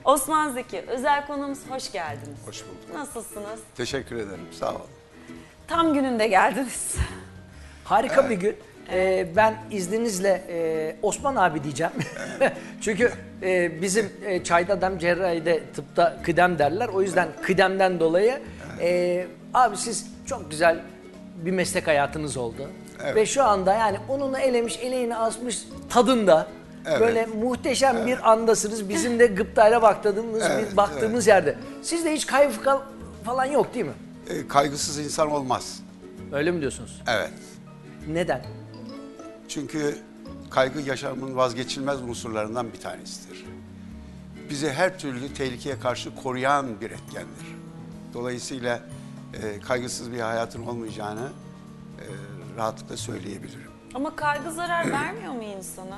Osman Zeki, özel konuğumuz, hoş geldiniz. Hoş bulduk. Nasılsınız? Teşekkür ederim. Sağ olun. Tam gününde geldiniz. Harika bir gün. Ben izninizle Osman abi diyeceğim. Çünkü bizim çayda dem, cerrahide, tıpta kıdem derler. O yüzden kıdemden dolayı abi siz çok güzel bir meslek hayatınız oldu. Evet. Ve şu anda yani onunu elemiş, eleğini asmış tadında. Evet. Böyle muhteşem bir andasınız. Bizim de gıptayla baktığımız yerde. Sizde hiç kaygı falan yok değil mi? Kaygısız insan olmaz. Öyle mi diyorsunuz? Evet. Neden? Çünkü kaygı yaşamın vazgeçilmez unsurlarından bir tanesidir. Bizi her türlü tehlikeye karşı koruyan bir etkendir. Dolayısıyla kaygısız bir hayatın olmayacağını rahatlıkla söyleyebilirim. Ama kaygı zarar vermiyor mu insana?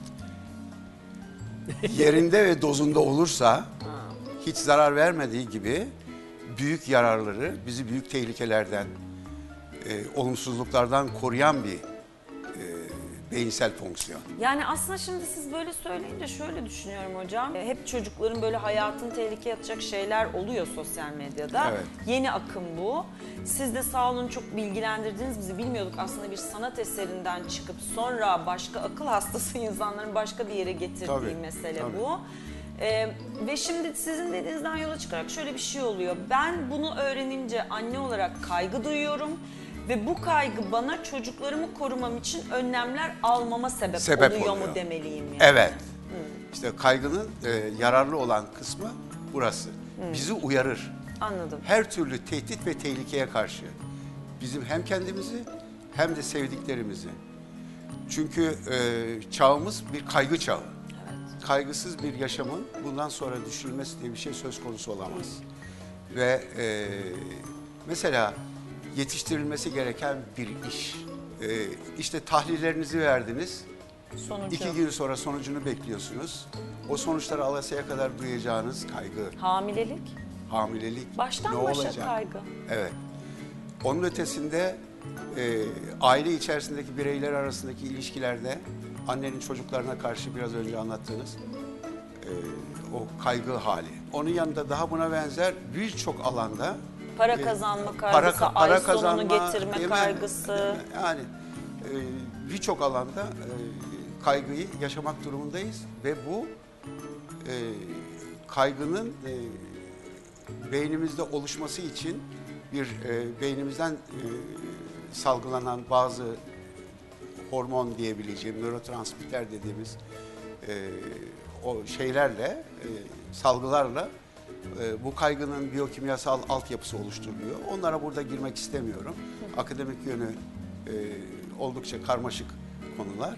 Yerinde ve dozunda olursa hiç zarar vermediği gibi büyük yararları, bizi büyük tehlikelerden, olumsuzluklardan koruyan bir beyinsel fonksiyon. Yani aslında şimdi siz böyle söyleyince şöyle düşünüyorum hocam. Hep çocukların böyle hayatını tehlikeye atacak şeyler oluyor sosyal medyada. Evet. Yeni akım bu. Siz de sağ olun çok bilgilendirdiniz bizi. Bilmiyorduk aslında bir sanat eserinden çıkıp sonra başka akıl hastası insanların başka bir yere getirdiği Tabii, mesele tabii. bu. Ve şimdi sizin dediğinizden yola çıkarak şöyle bir şey oluyor. Ben bunu öğrenince anne olarak kaygı duyuyorum. Ve bu kaygı bana çocuklarımı korumam için önlemler almama sebep oluyor mu demeliyim yani? Evet. İşte kaygının yararlı olan kısmı burası. Bizi uyarır. Anladım. Her türlü tehdit ve tehlikeye karşı bizim hem kendimizi hem de sevdiklerimizi. Çünkü çağımız bir kaygı çağı. Evet. Kaygısız bir yaşamın bundan sonra düşünülmesi diye bir şey söz konusu olamaz. Ve mesela yetiştirilmesi gereken bir iş. İşte tahlillerinizi verdiniz. Sonucu. 2 gün sonra sonucunu bekliyorsunuz. O sonuçları alasaya kadar duyacağınız kaygı, Hamilelik. hamilelik, Baştan ne başa olacak? kaygı. Evet. Onun ötesinde aile içerisindeki bireyler arasındaki ilişkilerde annenin çocuklarına karşı biraz önce anlattığınız o kaygı hali. Onun yanında daha buna benzer birçok alanda Para kazanma kaygısı, ay sonunu getirme değil mi? kaygısı. Değil mi? Yani birçok alanda kaygıyı yaşamak durumundayız ve bu kaygının beynimizde oluşması için bir beynimizden salgılanan bazı hormon diyebileceğim, nörotransmitter dediğimiz o şeylerle, salgılarla bu kaygının biyokimyasal altyapısı oluşturuluyor. Onlara burada girmek istemiyorum. Akademik yönü oldukça karmaşık konular.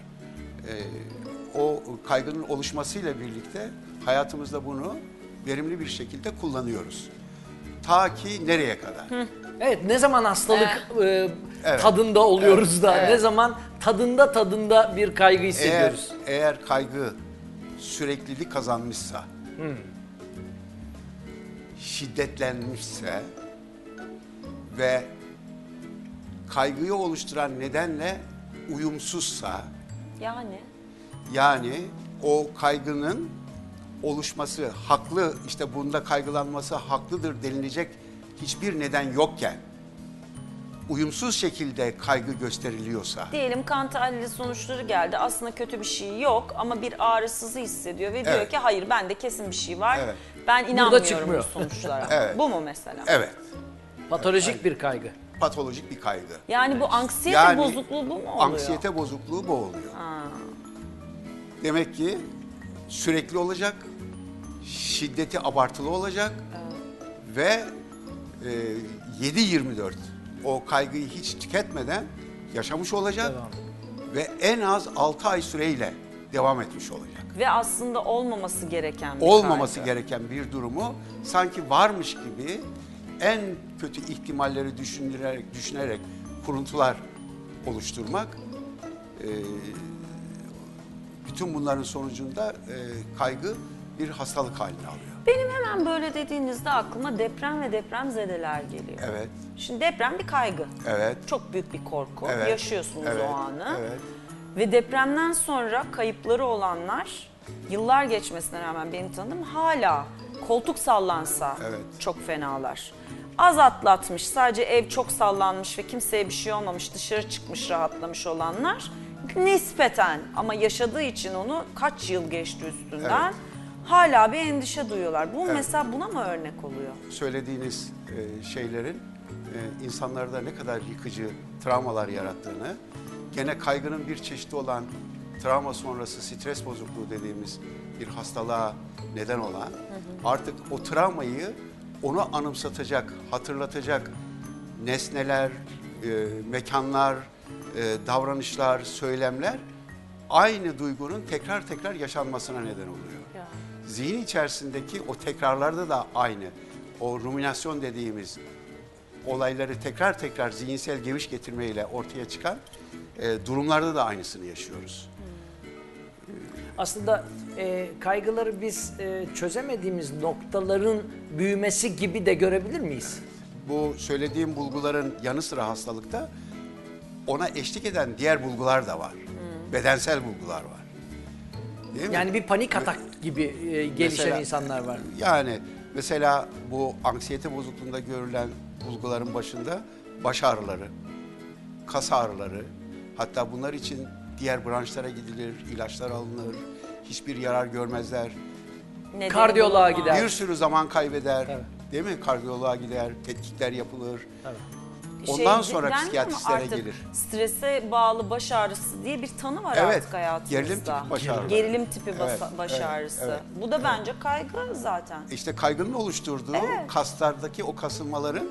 O kaygının oluşmasıyla birlikte hayatımızda bunu verimli bir şekilde kullanıyoruz. Ta ki nereye kadar? Evet, ne zaman hastalık tadında oluyoruz da, ne zaman tadında bir kaygı hissediyoruz. Eğer kaygı süreklilik kazanmışsa, şiddetlenmişse ve kaygıyı oluşturan nedenle uyumsuzsa, yani o kaygının oluşması haklı, işte bunda kaygılanması haklıdır denilecek hiçbir neden yokken uyumsuz şekilde kaygı gösteriliyorsa. Diyelim kan tahlili sonuçları geldi. Aslında kötü bir şey yok ama bir ağrısızı hissediyor ve diyor ki hayır bende kesin bir şey var. Evet. Ben inanmıyorum bu sonuçlara. Evet. Bu mu mesela? Evet. Patolojik bir kaygı. Patolojik bir kaygı. Yani bu anksiyete bozukluğu bu mu oluyor? Anksiyete bozukluğu bu oluyor. Demek ki sürekli olacak, şiddeti abartılı olacak ve 7/24 o kaygıyı hiç tüketmeden yaşamış olacak ve en az 6 ay süreyle devam etmiş olacak. Ve aslında olmaması gereken bir Olmaması kaygı. gereken bir durumu sanki varmış gibi en kötü ihtimalleri düşünerek kuruntular oluşturmak, bütün bunların sonucunda kaygı bir hastalık haline alıyor. Benim hemen böyle dediğinizde aklıma deprem ve depremzedeler geliyor. Evet. Şimdi deprem bir kaygı. Evet. Çok büyük bir korku. Evet. Yaşıyorsunuz Evet. o anı. Evet. Ve depremden sonra kayıpları olanlar yıllar geçmesine rağmen benim tanıdığım hala koltuk sallansa Evet. çok fenalar. Az atlatmış, sadece ev çok sallanmış ve kimseye bir şey olmamış, dışarı çıkmış rahatlamış olanlar nispeten, ama yaşadığı için onu kaç yıl geçti üstünden, Evet. hala bir endişe duyuyorlar. Bu mesela buna mı örnek oluyor? Söylediğiniz şeylerin insanlarda ne kadar yıkıcı travmalar yarattığını, gene kaygının bir çeşidi olan travma sonrası stres bozukluğu dediğimiz bir hastalığa neden olan, artık o travmayı onu anımsatacak, hatırlatacak nesneler, mekanlar, davranışlar, söylemler aynı duygunun tekrar tekrar yaşanmasına neden oluyor. Ya. Zihin içerisindeki o tekrarlarda da aynı. O ruminasyon dediğimiz olayları tekrar tekrar zihinsel geviş getirmeyle ortaya çıkan durumlarda da aynısını yaşıyoruz. Aslında kaygıları biz çözemediğimiz noktaların büyümesi gibi de görebilir miyiz? Bu söylediğim bulguların yanı sıra hastalıkta ona eşlik eden diğer bulgular da var. Bedensel bulgular var. Değil mi? Yani bir panik atak gibi gelişen Mesela- insanlar var. Yani mesela bu anksiyete bozukluğunda görülen bulguların başında baş ağrıları, kas ağrıları, hatta bunlar için diğer branşlara gidilir, ilaçlar alınır, hiçbir yarar görmezler. Nedeni Kardiyoloğa bulunmaz. gider. Bir sürü zaman kaybeder, Evet. değil mi? Kardiyoloğa gider, tetkikler yapılır. Evet. Ondan Şey, sonra denmiyor mu psikiyatristlere artık gelir. Strese bağlı baş ağrısı diye bir tanı var Evet, artık hayatımızda. gerilim tipi baş ağrıları. Gerilim tipi Evet, baş evet, ağrısı. evet. Bu da bence kaygı zaten. İşte kaygının oluşturduğu kaslardaki o kasılmaların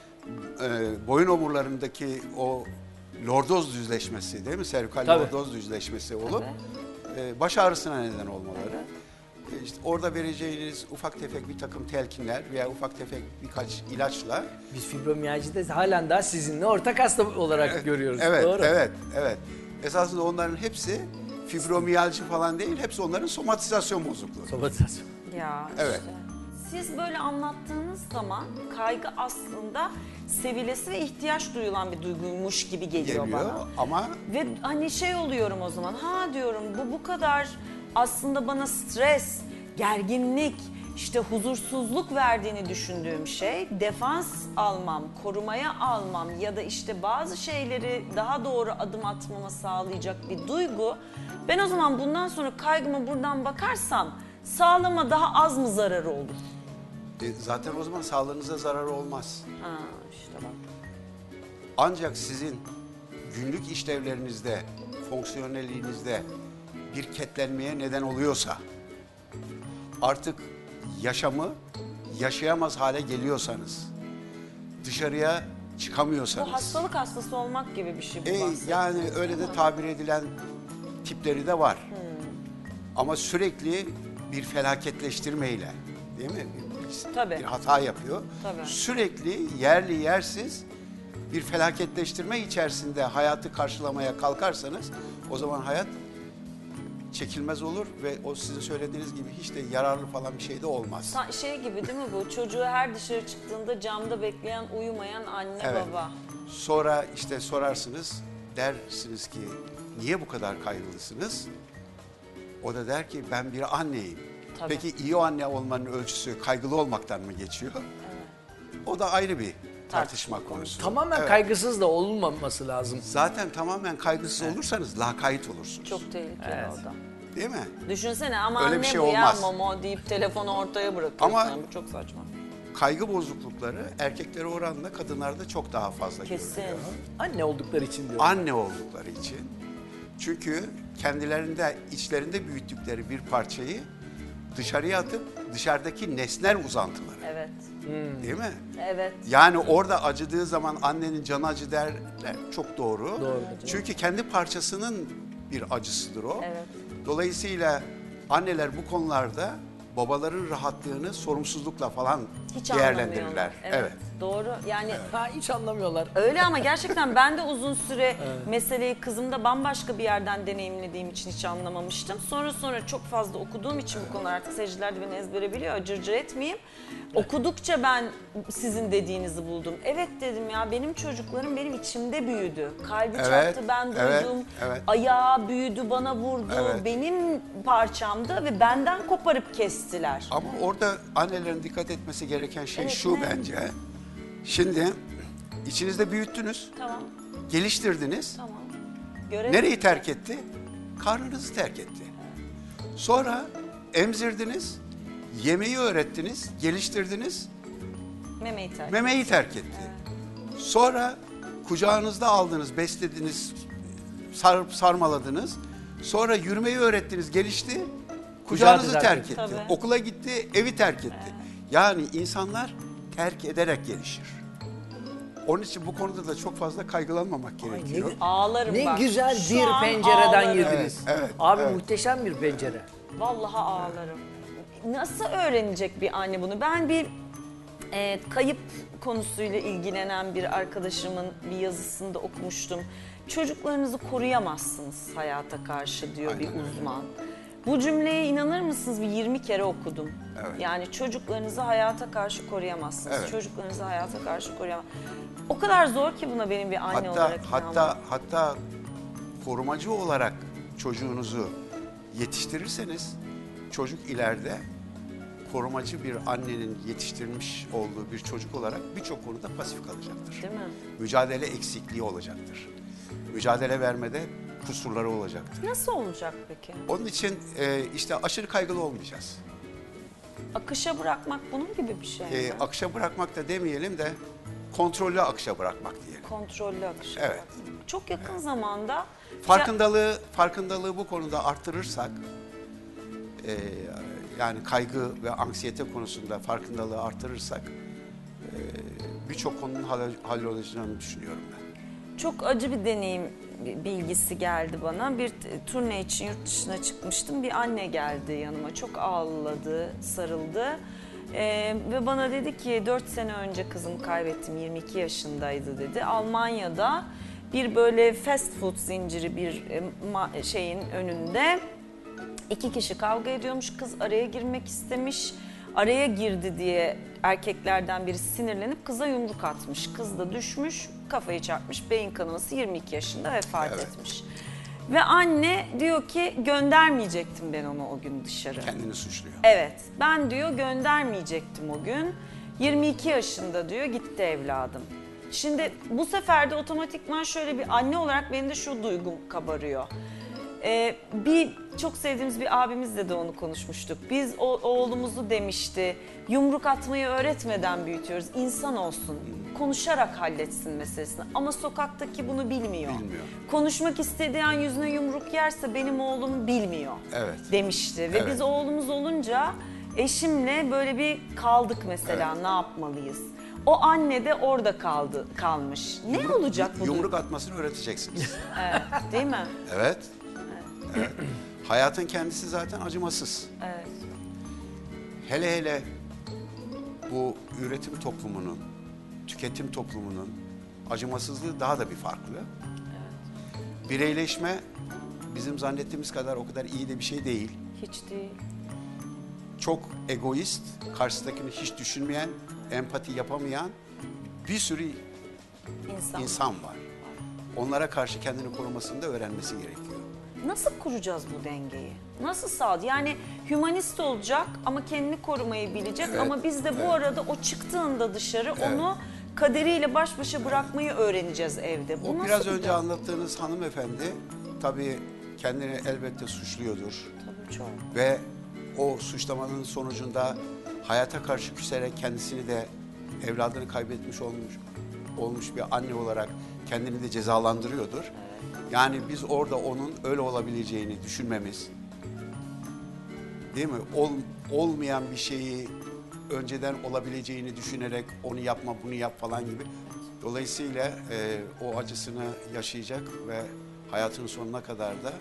boyun omurlarındaki o lordoz düzleşmesi, değil mi? Servikal Tabii. lordoz düzleşmesi olup baş ağrısına neden olmaları. İşte orada vereceğiniz ufak tefek bir takım telkinler veya ufak tefek birkaç ilaçla Biz fibromiyalcide halen daha sizinle ortak hasta olarak görüyoruz. evet, Doğru. evet. Esasında onların hepsi fibromiyalji falan değil, hepsi onların somatizasyon bozukluğu. Somatizasyon. Ya Evet. işte. Siz böyle anlattığınız zaman kaygı aslında sevilesi ve ihtiyaç duyulan bir duyguymuş gibi geliyor bana. Ama Ve hani şey oluyorum o zaman, ha diyorum bu kadar aslında bana stres, gerginlik, işte huzursuzluk verdiğini düşündüğüm şey, defans almam, korumaya almam ya da işte bazı şeyleri daha doğru adım atmama sağlayacak bir duygu. Ben o zaman bundan sonra kaygıma buradan bakarsam sağlığıma daha az mı zararı olur? zaten o zaman sağlığınıza zararı olmaz. Ha işte bak. Ancak sizin günlük işlevlerinizde, fonksiyonelliğinizde bir ketlenmeye neden oluyorsa, artık yaşamı yaşayamaz hale geliyorsanız, dışarıya çıkamıyorsanız, Bu hastalık hastası olmak gibi bir şey bu bahsettiğiniz, yani öyle değil de mi? tabir edilen tipleri de var. Ama sürekli bir felaketleştirmeyle, değil mi? Tabii. Bir hata yapıyor. Tabii. Sürekli yerli yersiz bir felaketleştirme içerisinde hayatı karşılamaya kalkarsanız, o zaman hayat çekilmez olur ve o sizin söylediğiniz gibi hiç de yararlı falan bir şey de olmaz. Şey gibi değil mi bu? Çocuğu her dışarı çıktığında camda bekleyen, uyumayan anne Evet. baba. Sonra işte sorarsınız, dersiniz ki niye bu kadar kaygılısınız? O da der ki ben bir anneyim. Tabii. Peki iyi anne olmanın ölçüsü kaygılı olmaktan mı geçiyor? O da ayrı bir tartışma konusu. Tamamen Evet. kaygısız da olmaması lazım. Zaten tamamen kaygısız olursanız lakayt olursunuz. Çok tehlikeli o da. Değil mi? Düşünsene ama Öyle anne bir şey bu olmaz. ya Momo deyip telefonu ortaya bırakıyorsun. Ama- Yani bu çok saçma. Kaygı bozuklukları erkeklere oranla kadınlarda çok daha fazla Kesin. görülüyor. Anne oldukları için diyorum. Anne oldukları için. Çünkü kendilerinde, içlerinde büyüttükleri bir parçayı dışarıya atıp dışarıdaki nesnel uzantıları. Evet. Değil mi? Evet. Yani orada acıdığı zaman annenin canı acı derler. Çok doğru. Doğru. Çünkü kendi parçasının bir acısıdır o. Evet. Dolayısıyla anneler bu konularda babaların rahatlığını sorumsuzlukla falan Hiç değerlendirirler. anlamıyorlar. Evet. Evet. Doğru. Yani Ha, hiç anlamıyorlar. öyle ama gerçekten ben de uzun süre meseleyi kızımda bambaşka bir yerden deneyimlediğim için hiç anlamamıştım. Sonra çok fazla okuduğum için bu konular, artık seyirciler de beni ezbere biliyor, cırcır etmeyeyim. Okudukça ben sizin dediğinizi buldum. Evet dedim ya, benim çocuklarım benim içimde büyüdü. Kalbi Evet, çarptı, ben duydum. evet, evet. Ayağı büyüdü, bana vurdu. Evet. Benim parçamdı ve benden koparıp kestiler. Ama orada annelerin dikkat etmesi gereken şey Evet, şu ne? bence. Şimdi içinizde büyüttünüz, Tamam, geliştirdiniz. tamam. Görev Nereyi terk etti? Karnınızı terk etti. Sonra emzirdiniz, yemeği öğrettiniz, geliştirdiniz, memeyi terk. memeyi terk etti. Sonra kucağınızda aldınız, beslediniz, sarmaladınız. Sonra yürümeyi öğrettiniz, gelişti, kucağınızı terk terk etti. etti. Tabii. Okula gitti, evi terk etti. Yani insanlar terk ederek gelişir. Onun için bu konuda da çok fazla kaygılanmamak gerekiyor. Ağlarım Ne bak. güzel Şu bir an pencereden ağlarım. girdiniz. Evet, Abi evet. muhteşem bir pencere. Vallahi ağlarım. Nasıl öğrenecek bir anne bunu? Ben bir kayıp konusuyla ilgilenen bir arkadaşımın bir yazısında okumuştum. Çocuklarınızı koruyamazsınız hayata karşı diyor bir Aynen öyle. uzman. Bu cümleye inanır mısınız? Bir 20 kere okudum. Evet. Yani çocuklarınızı hayata karşı koruyamazsınız. Evet. Çocuklarınızı hayata karşı koruyamazsınız. O kadar zor ki buna benim bir anne olarak inanmam. Hatta korumacı olarak çocuğunuzu yetiştirirseniz çocuk ileride korumacı bir annenin yetiştirmiş olduğu bir çocuk olarak birçok konuda pasif kalacaktır. Değil mi? Mücadele eksikliği olacaktır. Mücadele vermede kusurları olacaktır. Nasıl olacak peki? Onun için işte aşırı kaygılı olmayacağız. Akışa bırakmak bunun gibi bir şey mi? Akışa bırakmak da demeyelim de kontrollü akışa bırakmak diyelim. Kontrollü akışa Evet. bırakmak. Çok yakın zamanda Farkındalığı bu konuda artırırsak, yani kaygı ve anksiyete konusunda farkındalığı artırırsak birçok konunun hallolacağını düşünüyorum ben. çok acı bir deneyim bilgisi geldi bana. Bir turne için yurt dışına çıkmıştım. Bir anne geldi yanıma. Çok ağladı, sarıldı. Ve bana dedi ki 4 sene önce kızımı kaybettim. 22 yaşındaydı dedi. Almanya'da bir böyle fast food zinciri bir şeyin önünde 2 kişi kavga ediyormuş. Kız araya girmek istemiş. Araya girdi diye erkeklerden biri sinirlenip kıza yumruk atmış. Kız da düşmüş, kafayı çarpmış, beyin kanaması, 22 yaşında vefat Evet. etmiş. Ve anne diyor ki göndermeyecektim ben onu o gün dışarı. Kendini suçluyor. Evet, ben diyor göndermeyecektim o gün. 22 yaşında diyor gitti evladım. Şimdi bu sefer de otomatikman şöyle bir anne olarak benim de şu duygum kabarıyor. Bir çok sevdiğimiz bir abimizle de onu konuşmuştuk. Biz oğlumuzu demişti, yumruk atmayı öğretmeden büyütüyoruz. İnsan olsun, konuşarak halletsin meselesini. Ama sokaktaki bunu bilmiyor. Bilmiyor. Konuşmak istediği an yüzüne yumruk yerse benim oğlum bilmiyor Evet. demişti. Ve Evet. biz oğlumuz olunca eşimle böyle bir kaldık mesela, ne yapmalıyız? O anne de orada kalmış. Ne olacak bu? Yumruk atmasını öğreteceksiniz. Evet, değil mi? Evet. Evet. Hayatın kendisi zaten acımasız. Evet. Hele hele bu üretim toplumunun, tüketim toplumunun acımasızlığı daha da bir farklı. Bireyleşme bizim zannettiğimiz kadar o kadar iyi de bir şey değil. Hiç değil. Çok egoist, karşısındakini hiç düşünmeyen, empati yapamayan bir sürü insan var. Onlara karşı kendini korumasını da öğrenmesi gerekiyor. Nasıl kuracağız bu dengeyi? Nasıl sağlayacağız? Yani hümanist olacak ama kendini korumayı bilecek, Evet, ama biz de bu evet. arada o çıktığında dışarı onu kaderiyle baş başa bırakmayı öğreneceğiz evde. Bu O nasıl biraz bir önce döngü? anlattığınız hanımefendi tabii kendini elbette suçluyordur. Tabii çok. Ve o suçlamanın sonucunda hayata karşı küserek kendisini de evladını kaybetmiş olmuş bir anne olarak kendini de cezalandırıyordur. Yani biz orada onun öyle olabileceğini düşünmemiz, değil mi? Olmayan bir şeyi önceden olabileceğini düşünerek onu yapma, bunu yap falan gibi. Dolayısıyla o acısını yaşayacak ve hayatının sonuna kadar da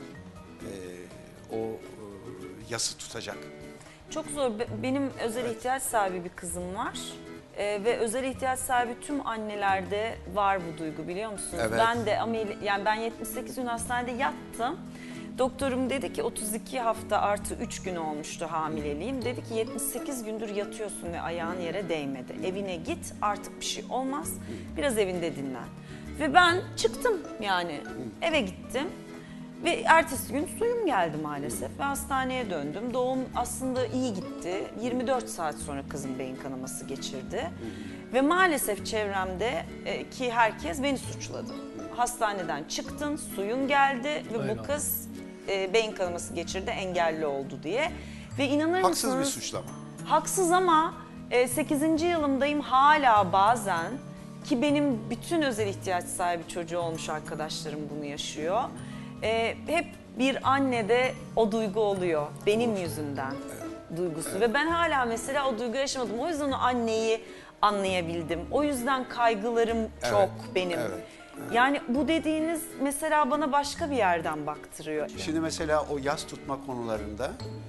yası tutacak. Çok zor. Benim özel ihtiyaç sahibi bir kızım var. Ve özel ihtiyaç sahibi tüm annelerde var bu duygu, biliyor musunuz? Evet. Ben de yani ben 78 gün hastanede yattım. Doktorum dedi ki 32 hafta artı 3 gün olmuştu hamileliğim. Dedi ki 78 gündür yatıyorsun ve ayağın yere değmedi. Evine git, artık bir şey olmaz. Biraz evinde dinlen. Ve ben çıktım, yani eve gittim. Ve ertesi gün suyum geldi maalesef ve hastaneye döndüm. Doğum aslında iyi gitti. 24 saat sonra kızım beyin kanaması geçirdi. Ve maalesef çevremde ki herkes beni suçladı. Hastaneden çıktın, suyun geldi ve Öyle bu kız beyin kanaması geçirdi, engelli oldu diye. Ve inanır Haksız mısınız? bir suçlama. Haksız ama 8. yılımdayım hala bazen, ki benim bütün özel ihtiyaç sahibi çocuğu olmuş arkadaşlarım bunu yaşıyor. Hep bir annede o duygu oluyor benim yüzümden duygusu ve ben hala mesela o duyguyu yaşamadım. O yüzden o anneyi anlayabildim. O yüzden kaygılarım çok benim. evet. Yani bu dediğiniz mesela bana başka bir yerden baktırıyor. Şimdi mesela o yas tutma konularında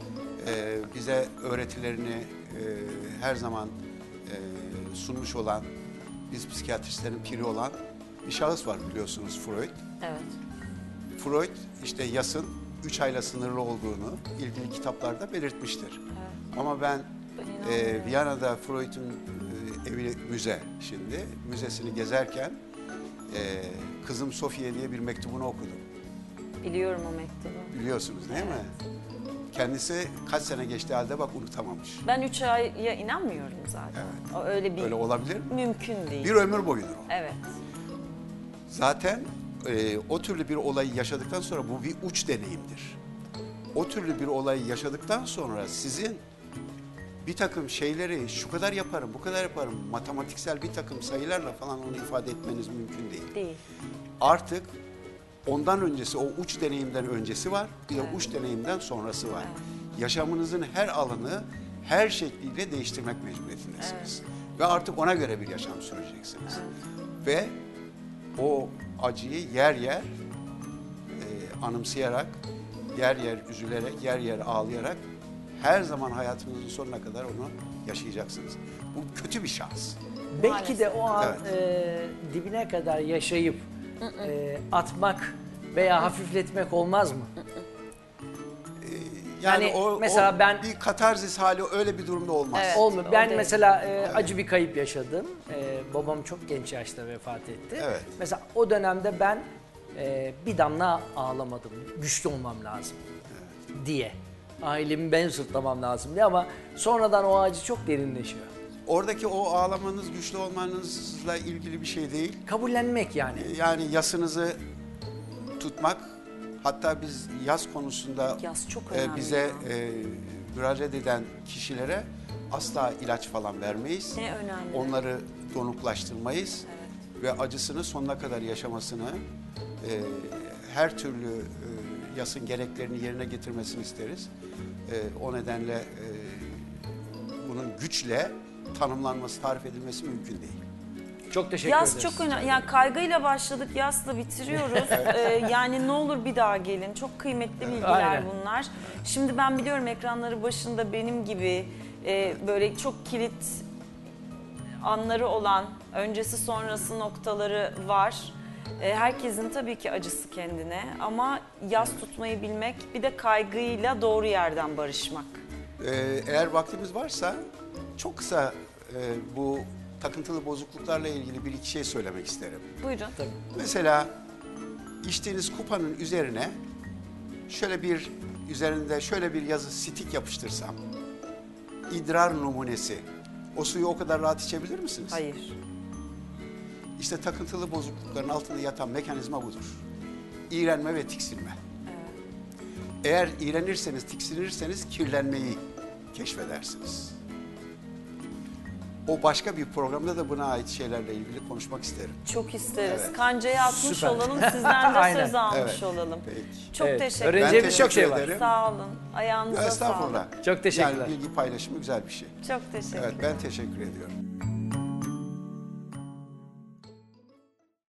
bize öğretilerini her zaman sunmuş olan, biz psikiyatristlerin piri olan bir şahıs var, biliyorsunuz, Freud. Evet. Freud işte yasın 3 ayla sınırlı olduğunu ilgili kitaplarda belirtmiştir. Evet. Ama ben inanmıyorum. Viyana'da Freud'un evi müze, şimdi müzesini gezerken kızım Sofiye diye bir mektubunu okudum. Biliyorum o mektubu. Biliyorsunuz değil mi? Kendisi kaç sene geçtiği halde bak unutamamış. Ben 3 aya inanmıyorum zaten. Evet. O öyle bir Öyle olabilir mi? mümkün değil. Bir ömür boyudur o. Evet. Zaten o türlü bir olayı yaşadıktan sonra bu bir uç deneyimdir. O türlü bir olayı yaşadıktan sonra sizin bir takım şeyleri şu kadar yaparım, bu kadar yaparım, matematiksel bir takım sayılarla falan onu ifade etmeniz mümkün değil. Değil. Artık ondan öncesi, o uç deneyimden öncesi var, bir de uç deneyimden sonrası var. Yaşamınızın her alanı, her şekliyle değiştirmek mecburiyetindesiniz. Ve artık ona göre bir yaşam süreceksiniz. Ve o acıyı yer yer anımsayarak, yer yer üzülerek, yer yer ağlayarak her zaman hayatınızın sonuna kadar onu yaşayacaksınız. Bu kötü bir şans. Belki de o an Evet. dibine kadar yaşayıp atmak veya hafifletmek olmaz mı? Yani Yani o, mesela ben- bir katarzis hali öyle bir durumda olmaz. Evet. Olmuyor. o Ben değil. mesela acı bir kayıp yaşadım. Babam çok genç yaşta vefat etti. Evet. Mesela o dönemde ben bir damla ağlamadım. Güçlü olmam lazım diye. Ailemi ben sırtlamam lazım diye, ama sonradan o acı çok derinleşiyor. Oradaki o ağlamanız, güçlü olmanızla ilgili bir şey değil. Kabullenmek yani. Yani yasınızı tutmak, hatta biz yas konusunda Yas çok önemli bize ya. müracaat eden kişilere asla ilaç falan vermeyiz. Ne önemli. Onları donuklaştırmayız ve acısını sonuna kadar yaşamasını, her türlü yasın gereklerini yerine getirmesini isteriz. O nedenle bunun güçle tanımlanması, tarif edilmesi mümkün değil. Çok teşekkür Yaz ederiz. çok önemli. Yani kaygıyla başladık, yasla bitiriyoruz. Yani ne olur bir daha gelin. Çok kıymetli bilgiler Aynen. bunlar. Şimdi ben biliyorum ekranları başında benim gibi böyle çok kilit anları olan, öncesi sonrası noktaları var. Herkesin tabii ki acısı kendine, ama yas tutmayı bilmek, bir de kaygıyla doğru yerden barışmak. Eğer vaktimiz varsa çok kısa bu takıntılı bozukluklarla ilgili bir iki şey söylemek isterim. Buyurun. Mesela içtiğiniz kupanın üzerine üzerinde şöyle bir yazı, stik yapıştırsam, idrar numunesi, o suyu o kadar rahat içebilir misiniz? Hayır. İşte takıntılı bozuklukların altında yatan mekanizma budur. İğrenme ve tiksinme. Eğer iğrenirseniz, tiksinirseniz kirlenmeyi keşfedersiniz. O başka bir programda da buna ait şeylerle ilgili konuşmak isterim. Çok isteriz. Evet. Kancayı atmış Süper. olalım, sizden de Aynen. söz almış Evet. olalım. Peki. Çok Evet. teşekkür Öğreneceğimiz ederim. çok şey var. ederim. Sağ olun. Ayağınıza sağlık. Estağfurullah. Çok teşekkürler. Yani bilgi paylaşımı güzel bir şey. Çok teşekkür Evet, ben teşekkür ediyorum.